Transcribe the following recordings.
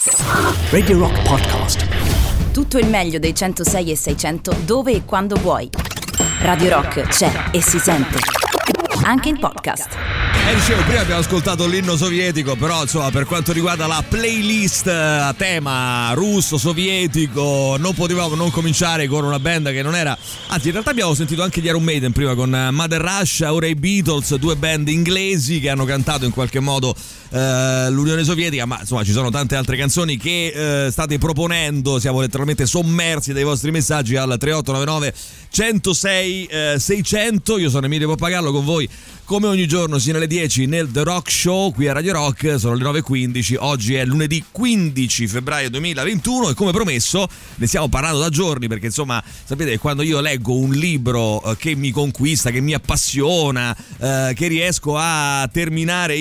Radio Rock Podcast. Tutto il meglio dei 106 e 600 dove e quando vuoi. Radio Rock c'è e si sente anche in podcast. Dicevo, prima abbiamo ascoltato l'inno sovietico, però insomma per quanto riguarda la playlist a tema russo, sovietico, non potevamo non cominciare con una band che non era, anzi in realtà abbiamo sentito anche gli Iron Maiden prima con Mother Russia, ora i Beatles, due band inglesi che hanno cantato in qualche modo l'Unione Sovietica, ma insomma ci sono tante altre canzoni che state proponendo, siamo letteralmente sommersi dai vostri messaggi al 3899 106 600. Io sono Emilio Pappagallo con voi come ogni giorno sino alle 10 nel The Rock Show qui a Radio Rock. Sono le 9.15, oggi è lunedì 15 febbraio 2021 e come promesso ne stiamo parlando da giorni, perché insomma sapete che quando io leggo un libro che mi conquista, che mi appassiona, che riesco a terminare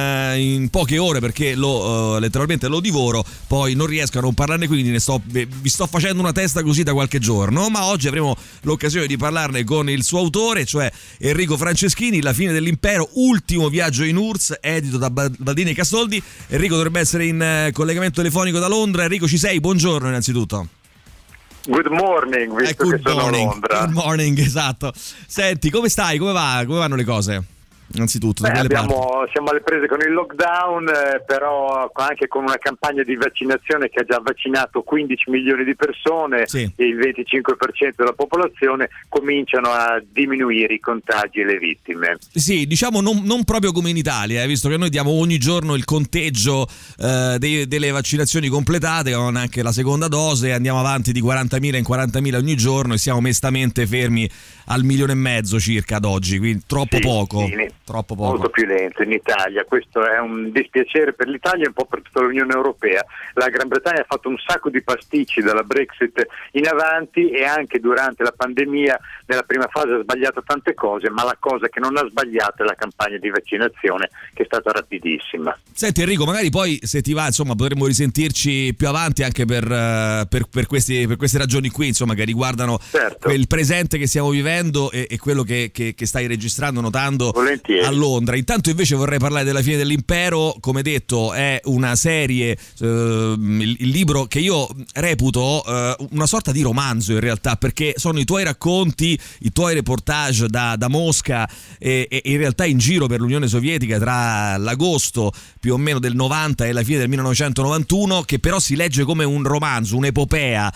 in poche ore perché letteralmente lo divoro, poi non riesco a non parlarne, quindi vi sto facendo una testa così da qualche giorno, ma oggi avremo l'occasione di parlarne con il suo autore, cioè Enrico Franceschini, La fine dell'impero, ultimo viaggio in URSS, edito da Baldini e Castoldi. Enrico dovrebbe essere in collegamento telefonico da Londra. Enrico, ci sei? Buongiorno innanzitutto. Good morning, visto che sono a Londra. Good morning, esatto. Senti, come stai? Come vanno le cose? Innanzitutto, siamo alle prese con il lockdown, però anche con una campagna di vaccinazione che ha già vaccinato 15 milioni di persone, sì, e il 25% della popolazione, cominciano a diminuire i contagi e le vittime. Sì, diciamo non proprio come in Italia, visto che noi diamo ogni giorno il conteggio delle vaccinazioni completate con anche la seconda dose, andiamo avanti di 40.000 in 40.000 ogni giorno e siamo mestamente fermi al 1,5 milioni circa ad oggi, quindi troppo poco. Sì, troppo poco. Molto più lento in Italia. Questo è un dispiacere per l'Italia e un po' per tutta l'Unione Europea. La Gran Bretagna ha fatto un sacco di pasticci dalla Brexit in avanti e anche durante la pandemia nella prima fase ha sbagliato tante cose, ma la cosa che non ha sbagliato è la campagna di vaccinazione, che è stata rapidissima. Senti Enrico, magari poi se ti va insomma potremmo risentirci più avanti anche per queste ragioni qui, insomma, che riguardano, certo, il presente che stiamo vivendo e quello che stai registrando, notando. Volentieri. A Londra. Intanto invece vorrei parlare della fine dell'impero. Come detto è una serie, il libro che io reputo una sorta di romanzo in realtà, perché sono i tuoi racconti, i tuoi reportage da Mosca e in realtà in giro per l'Unione Sovietica tra l'agosto più o meno del 90 e la fine del 1991, che però si legge come un romanzo, un'epopea,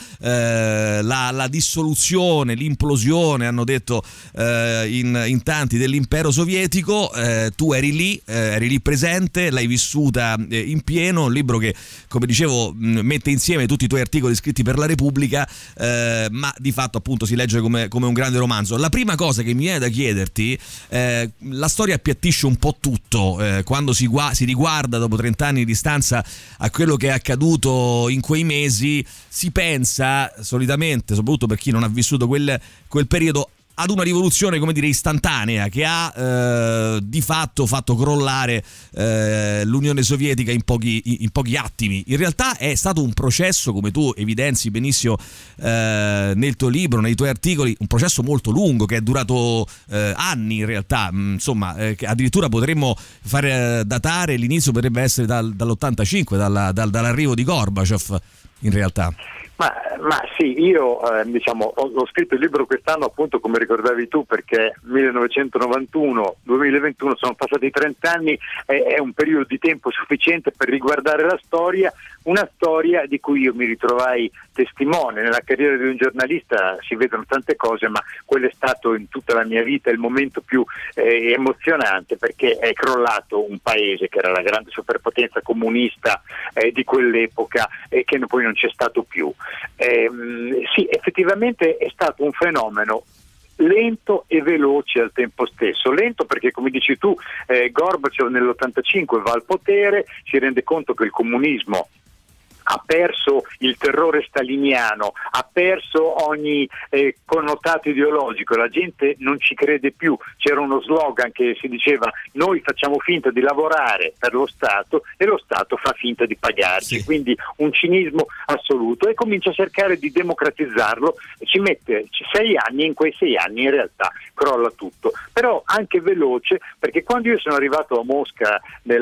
la dissoluzione, l'implosione, hanno detto in tanti, dell'impero sovietico. Tu eri lì presente, l'hai vissuta in pieno, un libro che, come dicevo, mette insieme tutti i tuoi articoli scritti per la Repubblica, ma di fatto appunto si legge come un grande romanzo. La prima cosa che mi viene da chiederti, la storia appiattisce un po' tutto, quando si riguarda dopo 30 anni di distanza a quello che è accaduto in quei mesi, si pensa solitamente, soprattutto per chi non ha vissuto quel periodo, ad una rivoluzione, come dire, istantanea che ha di fatto fatto crollare l'Unione Sovietica in pochi attimi. In realtà è stato un processo, come tu evidenzi benissimo nel tuo libro, nei tuoi articoli, un processo molto lungo che è durato anni in realtà, insomma, che addirittura potremmo fare datare, l'inizio potrebbe essere dall'85, dall'arrivo di Gorbaciov in realtà. Ma sì, io ho scritto il libro quest'anno appunto come ricordavi tu, perché 1991-2021 sono passati 30 anni, è un periodo di tempo sufficiente per riguardare la storia, una storia di cui io mi ritrovai testimone. Nella carriera di un giornalista si vedono tante cose, ma quello è stato in tutta la mia vita il momento più emozionante, perché è crollato un paese che era la grande superpotenza comunista di quell'epoca e che poi non c'è stato più. Sì, effettivamente è stato un fenomeno lento e veloce al tempo stesso. Lento perché, come dici tu, Gorbaciov nell'85 va al potere, si rende conto che il comunismo ha perso il terrore staliniano, ha perso ogni connotato ideologico, la gente non ci crede più. C'era uno slogan che si diceva: noi facciamo finta di lavorare per lo Stato e lo Stato fa finta di pagarci, sì. Quindi un cinismo assoluto, e comincia a cercare di democratizzarlo, ci mette 6 anni, in quei 6 anni in realtà crolla tutto, però anche veloce, perché quando io sono arrivato a Mosca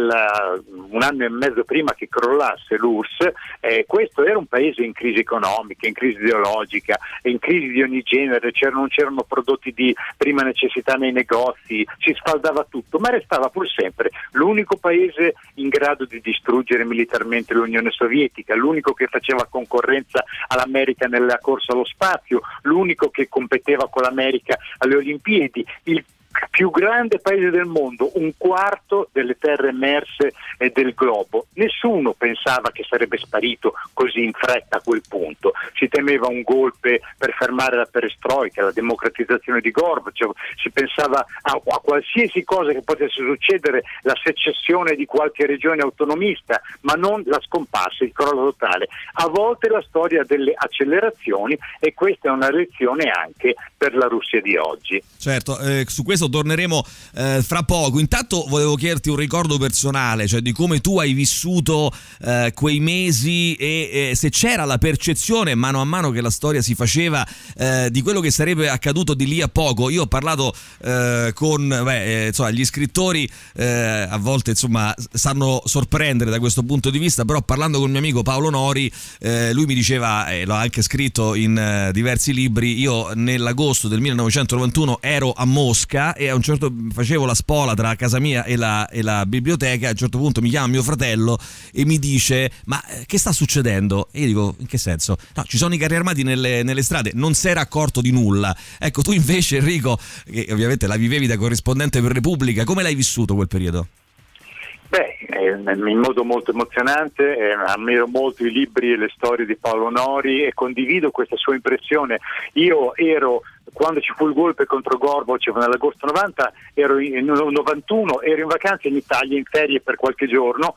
un anno e mezzo prima che crollasse l'URSS, questo era un paese in crisi economica, in crisi ideologica, in crisi di ogni genere, non c'erano prodotti di prima necessità nei negozi, si sfaldava tutto, ma restava pur sempre l'unico paese in grado di distruggere militarmente l'Unione Sovietica, l'unico che faceva concorrenza all'America nella corsa allo spazio, l'unico che competeva con l'America alle Olimpiadi, il più grande paese del mondo, 1/4 delle terre emerse del globo. Nessuno pensava che sarebbe sparito così in fretta a quel punto. Si temeva un golpe per fermare la perestroica, la democratizzazione di Gorbaciov, si pensava a qualsiasi cosa che potesse succedere, la secessione di qualche regione autonomista, ma non la scomparsa, il crollo totale. A volte la storia delle accelerazioni, e questa è una lezione anche per la Russia di oggi. Certo, su questo torneremo fra poco. Intanto volevo chiederti un ricordo personale, cioè di come tu hai vissuto quei mesi e se c'era la percezione mano a mano che la storia si faceva di quello che sarebbe accaduto di lì a poco. Io ho parlato con insomma, gli scrittori a volte insomma sanno sorprendere da questo punto di vista, però parlando con il mio amico Paolo Nori, lui mi diceva, l'ho anche scritto in diversi libri, io nell'agosto del 1991 ero a Mosca e a un certo facevo la spola tra casa mia e la biblioteca. A un certo punto mi chiama mio fratello e mi dice: ma che sta succedendo? E io dico: in che senso? No, ci sono i carri armati nelle strade. Non si era accorto di nulla. Ecco, tu invece, Enrico, che ovviamente la vivevi da corrispondente per Repubblica, come l'hai vissuto quel periodo? In modo molto emozionante, ammiro molto i libri e le storie di Paolo Nori e condivido questa sua impressione. Io ero, quando ci fu il golpe contro Gorbaciov nell'agosto 90, ero in 91, ero in vacanza in Italia in ferie per qualche giorno.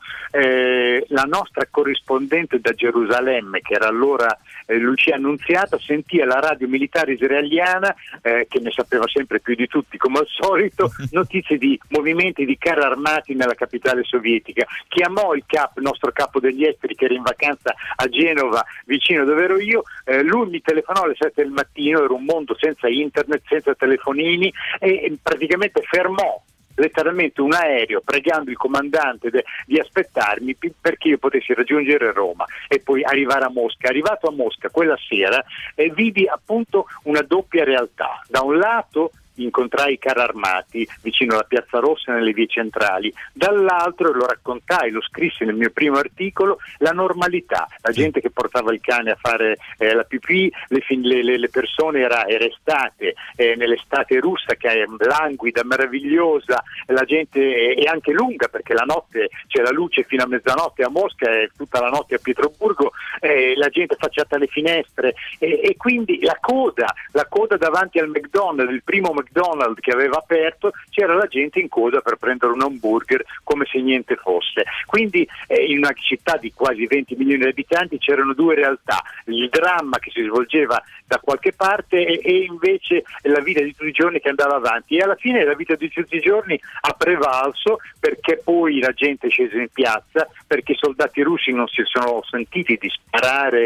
La nostra corrispondente da Gerusalemme, che era allora Lucia Annunziata, sentia la radio militare israeliana, che ne sapeva sempre più di tutti come al solito, notizie di movimenti di carri armati nella capitale sovietica. Chiamò il nostro capo degli esteri, che era in vacanza a Genova, vicino dove ero io. Lui mi telefonò alle 7 del mattino, era un mondo senza internet, senza telefonini, e praticamente fermò letteralmente un aereo pregando il comandante di aspettarmi perché io potessi raggiungere Roma e poi arrivare a Mosca. Arrivato a Mosca quella sera vidi appunto una doppia realtà. Da un lato incontrai i carri armati vicino alla Piazza Rossa nelle vie centrali, dall'altro, e lo raccontai, lo scrissi nel mio primo articolo, la normalità, la gente che portava il cane a fare la pipì, le persone era estate, nell'estate russa che è languida, meravigliosa, la gente è anche lunga perché la notte c'è la luce fino a mezzanotte a Mosca e tutta la notte a Pietroburgo, la gente affacciata alle finestre e quindi la coda davanti al McDonald's, il primo McDonald's che aveva aperto, c'era la gente in coda per prendere un hamburger come se niente fosse. Quindi in una città di quasi 20 milioni di abitanti c'erano due realtà: il dramma che si svolgeva da qualche parte e invece la vita di tutti i giorni che andava avanti, e alla fine la vita di tutti i giorni ha prevalso, perché poi la gente è scesa in piazza, perché i soldati russi non si sono sentiti di sparare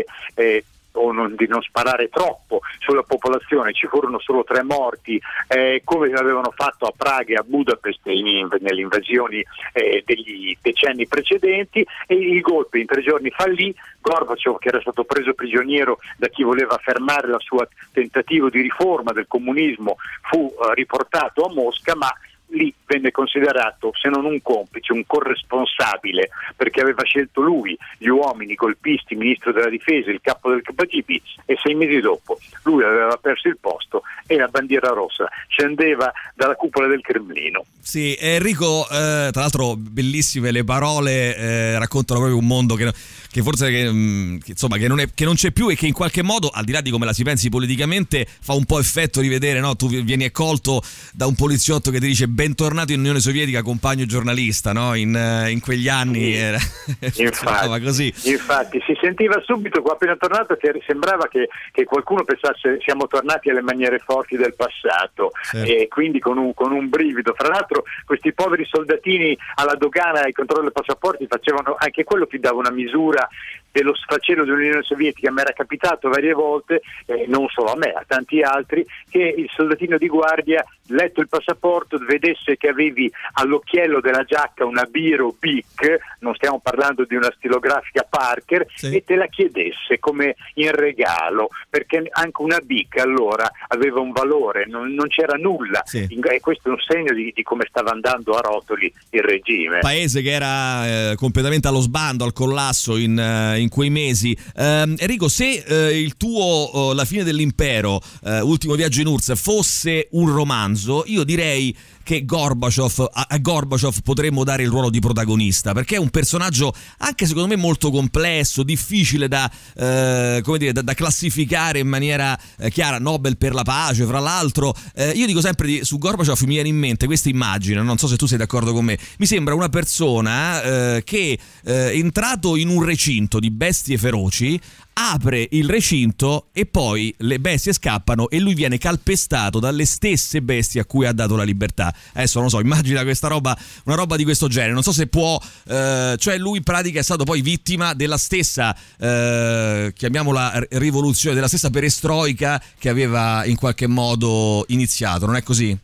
o di non sparare troppo sulla popolazione. Ci furono solo 3 morti, come avevano fatto a Praga e a Budapest nelle invasioni degli decenni precedenti, e il golpe in 3 giorni fallì. Gorbaciov, che era stato preso prigioniero da chi voleva fermare la sua tentativo di riforma del comunismo, fu riportato a Mosca, ma lì venne considerato, se non un complice, un corresponsabile, perché aveva scelto lui gli uomini, i golpisti, il ministro della difesa, il capo del KGB, e 6 mesi dopo lui aveva perso il posto e la bandiera rossa scendeva dalla cupola del Cremlino. Sì, Enrico, tra l'altro bellissime le parole, raccontano proprio un mondo che forse insomma che non c'è più, e che in qualche modo, al di là di come la si pensi politicamente, fa un po' effetto rivedere, no? Tu vieni accolto da un poliziotto che ti dice bentornato in Unione Sovietica, compagno giornalista, no? In quegli anni era così. Infatti si sentiva subito, appena tornato, che sembrava che qualcuno pensasse siamo tornati alle maniere forti del passato, certo. E quindi con un brivido. Fra l'altro questi poveri soldatini alla dogana, ai controlli dei passaporti, facevano anche quello, ti dava una misura dello sfacelo dell'Unione Sovietica. Mi era capitato varie volte, non solo a me, a tanti altri, che il soldatino di guardia, letto il passaporto, vedesse che avevi all'occhiello della giacca una Biro Bic, non stiamo parlando di una stilografica Parker, sì. E te la chiedesse come in regalo, perché anche una Bic allora aveva un valore, non c'era nulla, sì. E questo è un segno di come stava andando a rotoli il regime. Paese che era completamente allo sbando, al collasso in quei mesi. Enrico, se il tuo La fine dell'impero, Ultimo viaggio in URSS, fosse un romanzo, io direi che a Gorbaciov potremmo dare il ruolo di protagonista, perché è un personaggio anche secondo me molto complesso, difficile da classificare in maniera chiara. Nobel per la pace, fra l'altro. Io dico sempre su Gorbaciov, mi viene in mente questa immagine, non so se tu sei d'accordo con me, mi sembra una persona che entrato in un recinto di bestie feroci, apre il recinto e poi le bestie scappano e lui viene calpestato dalle stesse bestie a cui ha dato la libertà. Adesso non so, immagina questa roba, una roba di questo genere. Non so se può, cioè lui in pratica è stato poi vittima della stessa, chiamiamola rivoluzione, della stessa perestroica che aveva in qualche modo iniziato, non è così?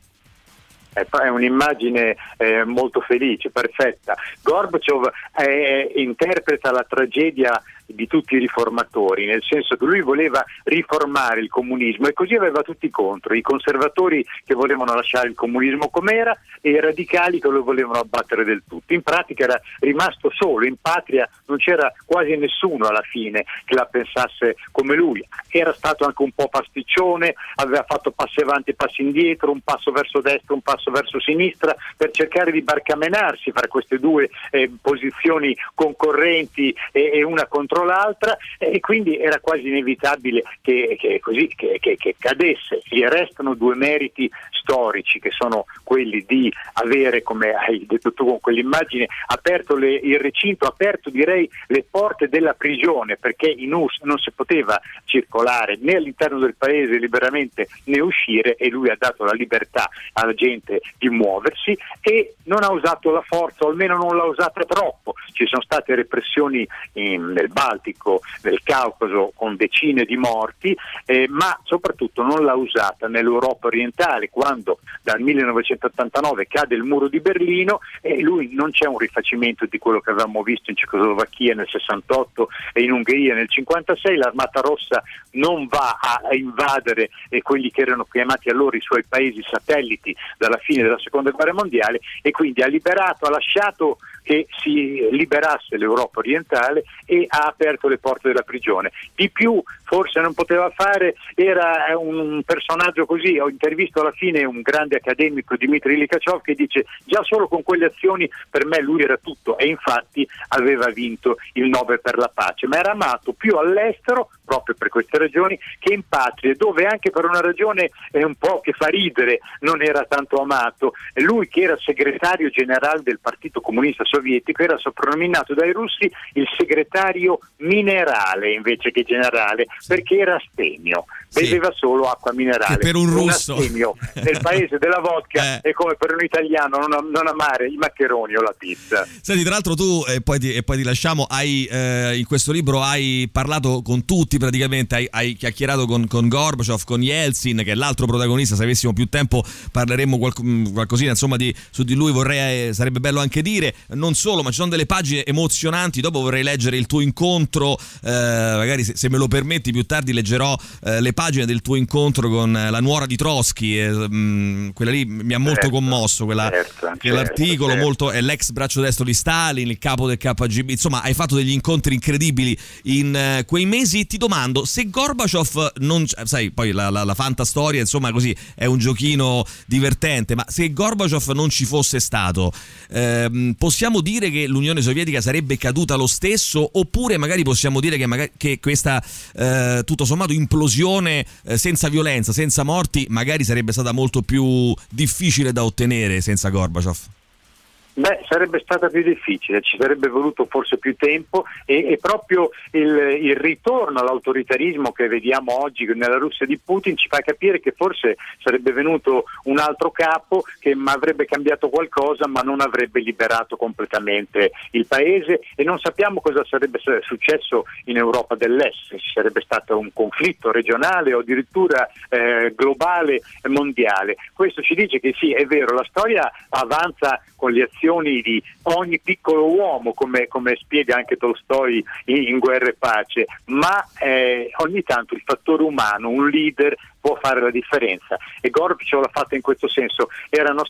È un'immagine molto felice, perfetta. Gorbaciov interpreta la tragedia di tutti i riformatori, nel senso che lui voleva riformare il comunismo e così aveva tutti contro, i conservatori che volevano lasciare il comunismo com'era e i radicali che lo volevano abbattere del tutto. In pratica era rimasto solo, in patria non c'era quasi nessuno alla fine che la pensasse come lui. Era stato anche un po' pasticcione, aveva fatto passi avanti e passi indietro, un passo verso destra, un passo verso sinistra, per cercare di barcamenarsi fra queste due posizioni concorrenti e una contro l'altra, e quindi era quasi inevitabile che cadesse. Gli restano due meriti storici, che sono quelli di avere, come hai detto tu con quell'immagine, aperto il recinto, aperto direi le porte della prigione, perché in URSS non si poteva circolare né all'interno del paese liberamente né uscire, e lui ha dato la libertà alla gente di muoversi e non ha usato la forza, o almeno non l'ha usata troppo. Ci sono state repressioni nel Baltico, nel Caucaso, con decine di morti, ma soprattutto non l'ha usata nell'Europa orientale, quando dal 1989 cade il muro di Berlino e lui non c'è un rifacimento di quello che avevamo visto in Cecoslovacchia nel 68 e in Ungheria nel 56. L'Armata Rossa non va a invadere quelli che erano chiamati allora i suoi paesi satelliti dalla fine della Seconda Guerra Mondiale, e quindi ha lasciato che si liberasse l'Europa orientale e ha aperto le porte della prigione. Di più forse non poteva fare, era un personaggio così. Ho intervistato alla fine un grande accademico, Dmitry Likachov, che dice già solo con quelle azioni per me lui era tutto, e infatti aveva vinto il Nobel per la pace, ma era amato più all'estero proprio per queste ragioni che in patria, dove anche per una ragione un po' che fa ridere non era tanto amato. Lui, che era segretario generale del Partito Comunista Sovietico, era soprannominato dai russi il segretario minerale invece che generale, perché era astemio, beveva solo acqua minerale. Che per un russo astemio nel paese della vodka è come per un italiano non amare i maccheroni o la pizza. Senti, tra l'altro tu, e poi ti lasciamo, hai in questo libro hai parlato con tutti praticamente, hai chiacchierato con Gorbaciov, con Yeltsin, che è l'altro protagonista. Se avessimo più tempo parleremmo qualcosina insomma su di lui, sarebbe bello anche dire. Non solo, ma ci sono delle pagine emozionanti. Dopo vorrei leggere il tuo incontro, magari se me lo permetti più tardi leggerò le pagine del tuo incontro con la nuora di Trotsky, quella lì mi ha molto commosso, quell'articolo. Molto, è l'ex braccio destro di Stalin, il capo del KGB, insomma hai fatto degli incontri incredibili in quei mesi. Ti domando se Gorbaciov non, sai, poi la fantastoria, insomma, così è un giochino divertente, ma se Gorbaciov non ci fosse stato, possiamo dire che l'Unione Sovietica sarebbe caduta lo stesso, oppure magari possiamo dire che questa tutto sommato implosione senza violenza, senza morti, magari sarebbe stata molto più difficile da ottenere senza Gorbaciov? Beh, sarebbe stata più difficile, ci sarebbe voluto forse più tempo e proprio il ritorno all'autoritarismo che vediamo oggi nella Russia di Putin ci fa capire che forse sarebbe venuto un altro capo che avrebbe cambiato qualcosa, ma non avrebbe liberato completamente il paese, e non sappiamo cosa sarebbe successo in Europa dell'Est, se ci sarebbe stato un conflitto regionale o addirittura globale e mondiale. Questo ci dice che sì, è vero, la storia avanza con le azioni di ogni piccolo uomo, come spiega anche Tolstoi in Guerra e Pace, ma ogni tanto il fattore umano, un leader, può fare la differenza, e Gorbaciov l'ha fatta in questo senso. Erano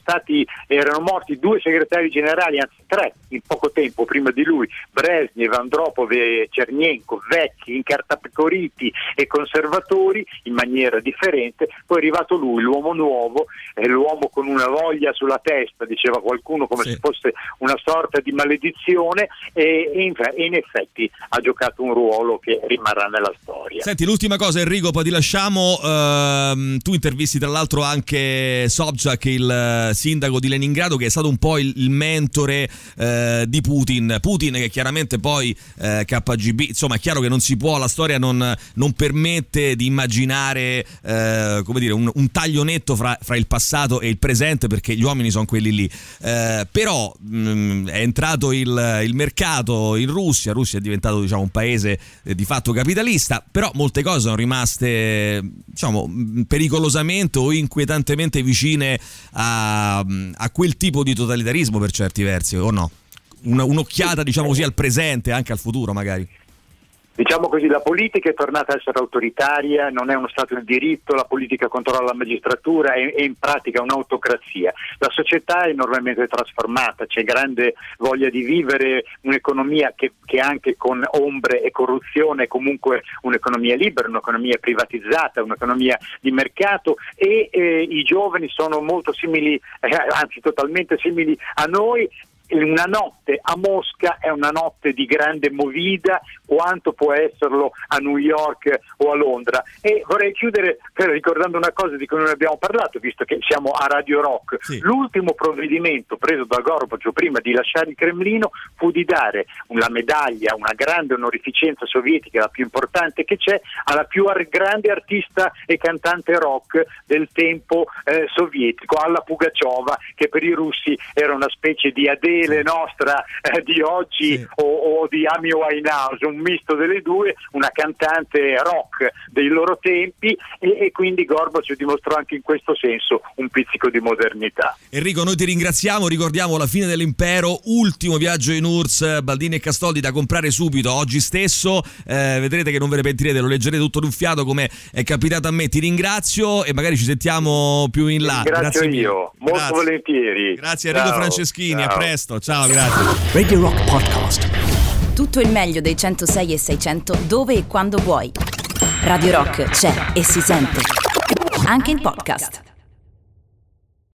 morti 2 segretari generali, anzi 3 in poco tempo prima di lui, Brezhnev, Andropov e Chernenko, vecchi, incartapecoriti e conservatori in maniera differente. Poi è arrivato lui, l'uomo nuovo, l'uomo con una voglia sulla testa, diceva qualcuno, come se fosse una sorta di maledizione, e in effetti ha giocato un ruolo che rimarrà nella storia. Senti, l'ultima cosa, Enrico, poi ti lasciamo. Tu intervisti tra l'altro anche Sobchak, il sindaco di Leningrado, che è stato un po' il mentore di Putin, che chiaramente poi KGB, insomma è chiaro che non si può, la storia non permette di immaginare come dire un taglio netto fra il passato e il presente, perché gli uomini sono quelli lì, però è entrato il mercato in Russia è diventato, diciamo, un paese di fatto capitalista, però molte cose sono rimaste, diciamo, pericolosamente o inquietantemente vicine a quel tipo di totalitarismo per certi versi, o no? Un'occhiata, diciamo così, al presente e anche al futuro magari. Diciamo così, la politica è tornata a essere autoritaria, non è uno Stato di diritto, la politica controlla la magistratura, è in pratica un'autocrazia. La società è enormemente trasformata, c'è grande voglia di vivere un'economia che anche con ombre e corruzione è comunque un'economia libera, un'economia privatizzata, un'economia di mercato, e i giovani sono molto simili, anzi totalmente simili a noi. Una notte a Mosca è una notte di grande movida quanto può esserlo a New York o a Londra. E vorrei chiudere ricordando una cosa di cui non abbiamo parlato, visto che siamo a Radio Rock. Sì. L'ultimo provvedimento preso da Gorbaciov prima di lasciare il Cremlino fu di dare una medaglia, una grande onorificenza sovietica, la più importante che c'è, alla più grande artista e cantante rock del tempo sovietico, alla Pugacheva, che per i russi era una specie di Adele nostra di oggi, sì, o di Amy Winehouse, un misto delle due, una cantante rock dei loro tempi, e quindi Gorbaciov dimostrò anche in questo senso un pizzico di modernità. Enrico, noi ti ringraziamo, ricordiamo La fine dell'impero, ultimo viaggio in URSS, Baldini e Castoldi, da comprare subito, oggi stesso, vedrete che non ve ne pentirete, lo leggerete tutto d'un fiato come è capitato a me. Ti ringrazio e magari ci sentiamo più in là. Grazie io, molto volentieri. Grazie Enrico. Ciao. Franceschini, ciao. A presto, ciao, grazie. Radio Rock Podcast. Tutto il meglio dei 106 e 600 dove e quando vuoi. Radio Rock c'è e si sente anche in podcast.